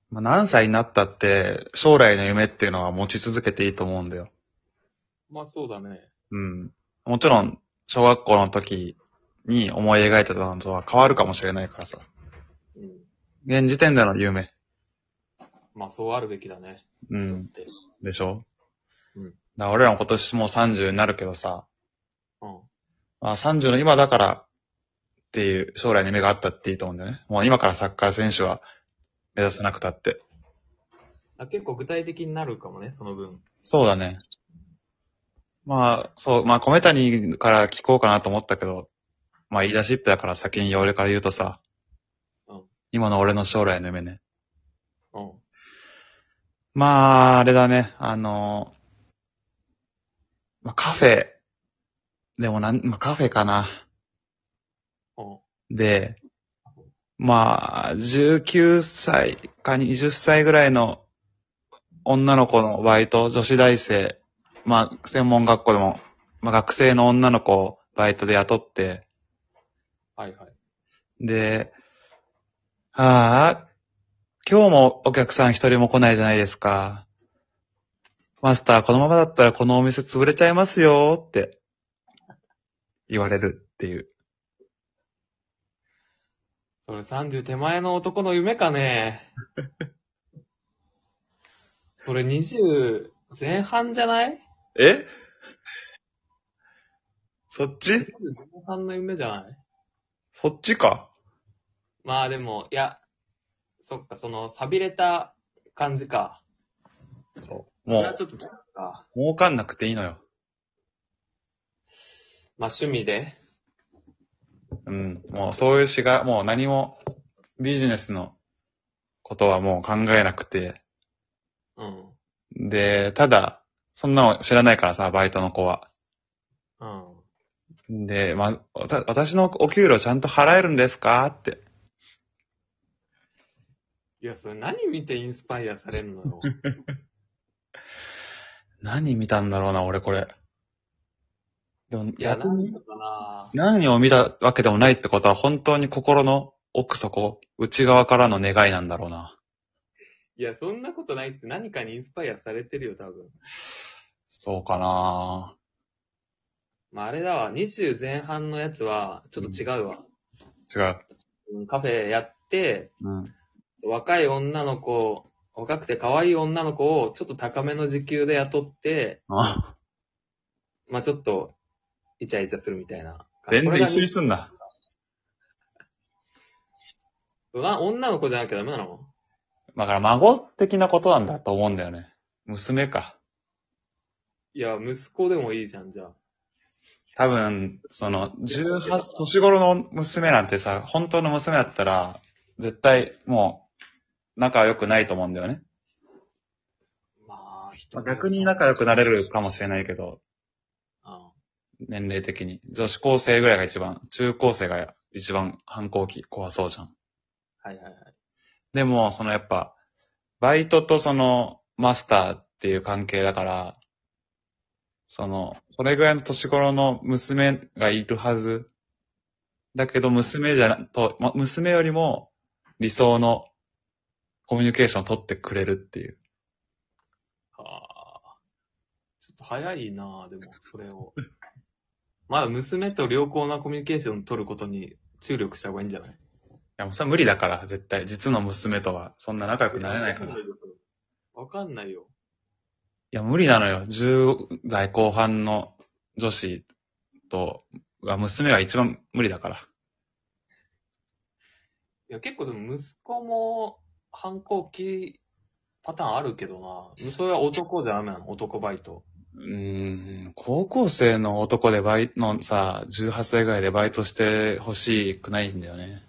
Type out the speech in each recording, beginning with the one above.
まあ、何歳になったって将来の夢っていうのは持ち続けていいと思うんだよ。 まあそうだね。 うん。もちろん、小学校の時に思い描いてたのとは変わるかもしれないからさ。 うん。 現時点での夢。 まあそうあるべきだね。 うん。 人って。 でしょ？ うん。 だから俺らも今年もう30になるけどさ、 うん。 まあ30の今だからっていう将来の夢があったっていいと思うんだよね。もう今からサッカー選手は目指さなくたって。 結構具体的になるかもね、その分。 そうだね。まあ、そう、まあ、米谷から聞こうかなと思ったけど、まあ、言い出しっぺだから先に俺から言うとさ、 うん。 今の俺の将来の夢ね。 うん。 まあ、あれだね。まあ、カフェ。でもまあ、カフェかな。 うん。 で、まあ、19歳か20歳ぐらいの女の子のバイト、女子大生、まあ、専門学校でも、まあ、学生の女の子をバイトで雇って、 はいはい。 で、ああ、今日もお客さん一人も来ないじゃないですか。マスター、このままだったらこのお店潰れちゃいますよって言われるっていう。 それ30手前の男の夢かね。それ20前半じゃない？ え？そっち？ 20前半の夢じゃない？ そっちか。 まあでも、いや、そっか、その、錆びれた感じか。 そう。 それはちょっと違うか。 儲かんなくていいのよ。 まあ趣味で。 うん。もうそういうもう何もビジネスのことはもう考えなくて。 うん。 で、ただ、そんなの知らないからさ、バイトの子は。 うん。 で、私のお給料ちゃんと払えるんですかって。 いや、それ何見てインスパイアされんのよ。 何見たんだろうな、俺これ。でもいや、 逆に、 なんだかな。 何を見たわけでもないってことは本当に心の奥底、内側からの願いなんだろうな。 いや、そんなことないって何かにインスパイアされてるよ、多分。 そうかな。 まあ、あれだわ、20前半のやつは、ちょっと違うわ。 違う。 うん、カフェやって、 うん。 若い女の子、若くて可愛い女の子をちょっと高めの時給で雇って、 あ、 まあちょっと、イチャイチャするみたいな。これが全然一緒にすんな。 女の子じゃなきゃダメなの？ だから孫的なことなんだと思うんだよね。娘か。 いや、息子でもいいじゃん、じゃあ。 多分、18、年頃の娘なんてさ、本当の娘だったら、絶対もう、仲良くないと思うんだよね。 まあ、 まあ、 人によるかも。 逆に仲良くなれるかもしれないけど、 あ年齢的に。女子高生ぐらいが一番、中高生が一番反抗期怖そうじゃん。 はいはいはい。 でも、やっぱ、バイトとマスターっていう関係だから、それぐらいの年頃の娘がいるはず。だけど、娘よりも理想のコミュニケーションを取ってくれるっていう。 はあ。ちょっと早いなでも、それを。まだ娘と良好なコミュニケーションを取ることに注力した方がいいんじゃない？ いや、もうそれは無理だから、絶対。実の娘とは、そんな仲良くなれないから。いわかんないよ。 や、無理なのよ。10代後半の女子娘は一番無理だから。 いや、結構でも息子も反抗期パターンあるけどな。それは男じゃダメなの？男バイト。 高校生の男で18歳ぐらいでバイトしてほしくないんだよね。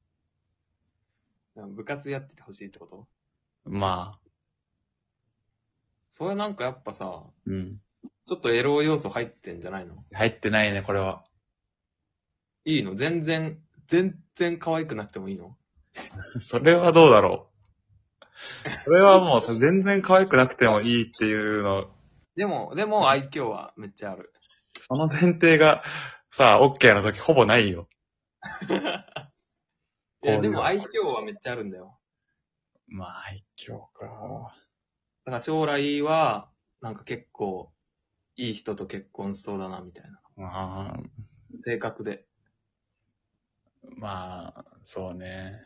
部活やっててほしいってこと？ まあ、 それなんかやっぱさ、 うん。 ちょっとエロ要素入ってんじゃないの？ 入ってないね、これは。 いいの？全然可愛くなくてもいいの？ それはどうだろう。それはもう全然可愛くなくてもいいっていうの、 でも愛嬌はめっちゃある。 その前提がさ、OK の時ほぼないよ。 いや、 こういう。 でも愛嬌はめっちゃあるんだよ。 まあ、愛嬌か。 だから将来は、なんか結構、いい人と結婚しそうだな、みたいな。 まあ、 性格で。 まあ、そうね。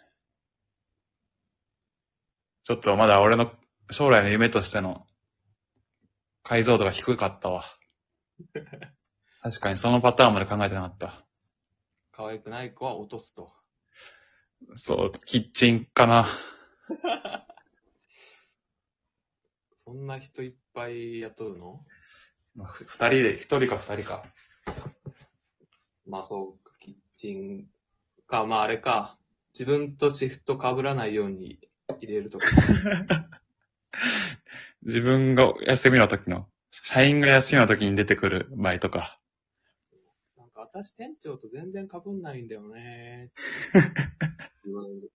ちょっとまだ俺の将来の夢としての解像度が低かったわ。確かにそのパターンまで考えてなかった。 可愛くない子は落とすと。 そう、キッチンかな。 そんな人いっぱい雇うの？ まあ二人で、一人か二人か。 まあそうか、キッチンか、まああれか。自分とシフト被らないように入れるとか。 自分が休みの時の、社員が休みの時に出てくるバイトか。 なんか私店長と全然被んないんだよね。言われる。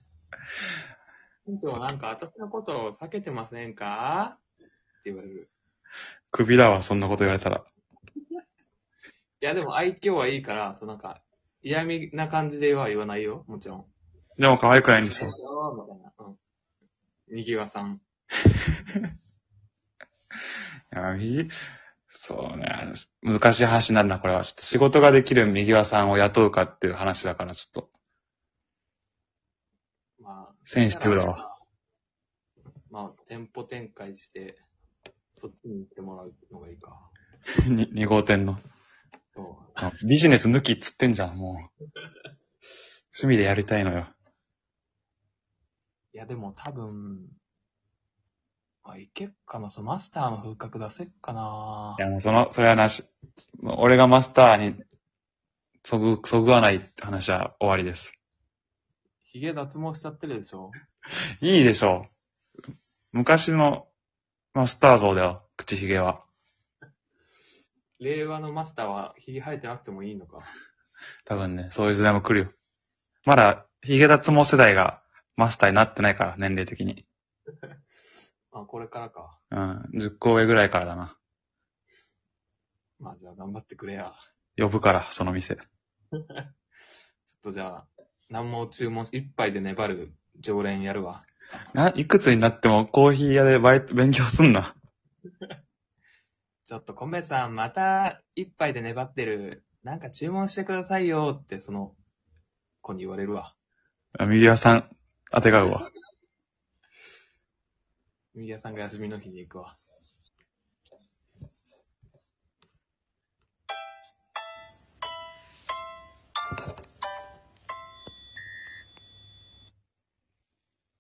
店長なんか私のことを避けてませんかって言われる。 首だわ、そんなこと言われたら。 いやでも愛嬌はいいから、そうなんか嫌味な感じでは言わないよ、もちろん。 でも可愛くないんでしょ。 みたいな。うん。にぎわさん。 いや、そうね。難しい話になるな、これは。ちょっと仕事ができる右輪さんを雇うかっていう話だから、ちょっと、 まあ、 センシティブだわ。 まあ、店舗展開して、そっちに行ってもらうのがいいか。 2号店の。 そうビジネス抜きっつってんじゃん、もう。趣味でやりたいのよ。 いや、でも多分、あ、いけっかな、マスターの風格出せっかないや、もうそれはなし。俺がマスターにそぐわないって話は終わりです。 髭脱毛しちゃってるでしょ？ いいでしょう。昔のマスター像だよ、口ひげは。 令和のマスターは髭生えてなくてもいいのか。 多分ね、そういう時代も来るよ。まだ、ひげ脱毛世代がマスターになってないから、年齢的に。 あ、これからか。 うん、10個上ぐらいからだな。 まあじゃあ頑張ってくれや。 呼ぶから、その店。 ちょっとじゃあ、何も注文し、一杯で粘る常連やるわ。 いくつになってもコーヒー屋で勉強すんな。 ちょっとコンベさん、また一杯で粘ってる。なんか注文してくださいよって、その子に言われるわ。 右輪さん、当てがうわ。 右屋さんが休みの日に行くわ。